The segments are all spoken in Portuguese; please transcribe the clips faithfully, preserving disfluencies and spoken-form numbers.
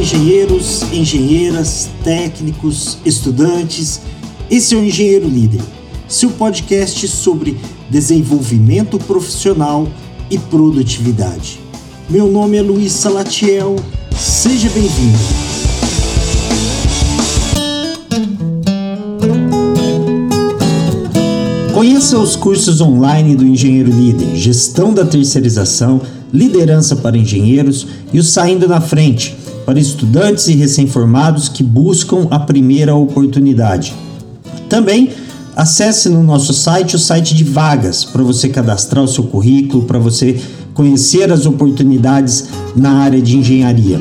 engenheiros, engenheiras, técnicos, estudantes. Esse é o Engenheiro Líder, seu podcast sobre desenvolvimento profissional e produtividade. Meu nome é Luiz Salatiel, seja bem-vindo. Conheça os cursos online do Engenheiro Líder, Gestão da Terceirização, Liderança para Engenheiros e o Saindo na Frente, para estudantes e recém-formados que buscam a primeira oportunidade. Também acesse no nosso site o site de vagas, para você cadastrar o seu currículo, para você conhecer as oportunidades na área de engenharia.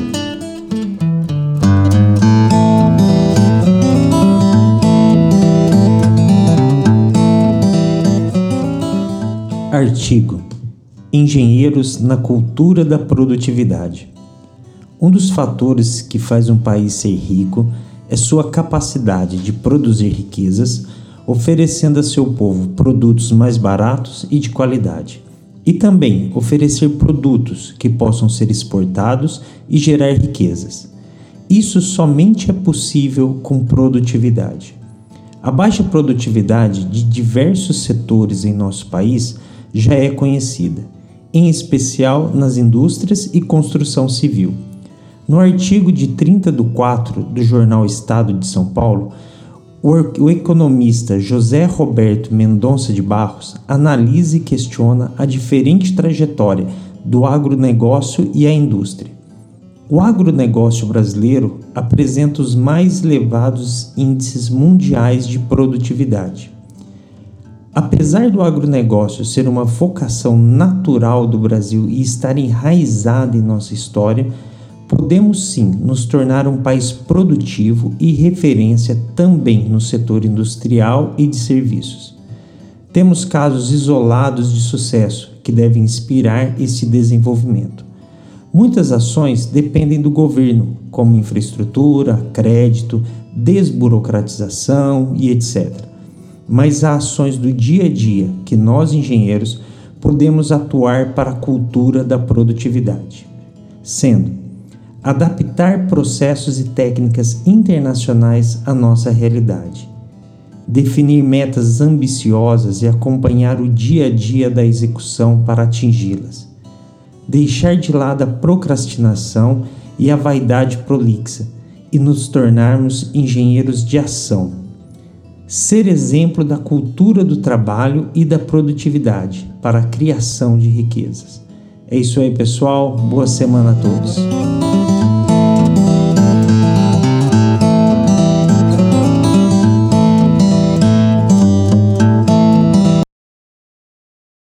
Artigo: Engenheiros na cultura da produtividade. Um dos fatores que faz um país ser rico é sua capacidade de produzir riquezas, oferecendo a seu povo produtos mais baratos e de qualidade, e também oferecer produtos que possam ser exportados e gerar riquezas. Isso somente é possível com produtividade. A baixa produtividade de diversos setores em nosso país já é conhecida, em especial nas indústrias e construção civil. No artigo de trinta de quatro do jornal Estado de São Paulo, o economista José Roberto Mendonça de Barros analisa e questiona a diferente trajetória do agronegócio e a indústria. O agronegócio brasileiro apresenta os mais elevados índices mundiais de produtividade. Apesar do agronegócio ser uma vocação natural do Brasil e estar enraizada em nossa história, podemos sim nos tornar um país produtivo e referência também no setor industrial e de serviços. Temos casos isolados de sucesso que devem inspirar esse desenvolvimento. Muitas ações dependem do governo, como infraestrutura, crédito, desburocratização e etcétera. Mas há ações do dia a dia que nós, engenheiros, podemos atuar para a cultura da produtividade, sendo adaptar processos e técnicas internacionais à nossa realidade, definir metas ambiciosas e acompanhar o dia a dia da execução para atingi-las, deixar de lado a procrastinação e a vaidade prolixa e nos tornarmos engenheiros de ação. Ser exemplo da cultura do trabalho e da produtividade para a criação de riquezas. É isso aí, pessoal. Boa semana a todos.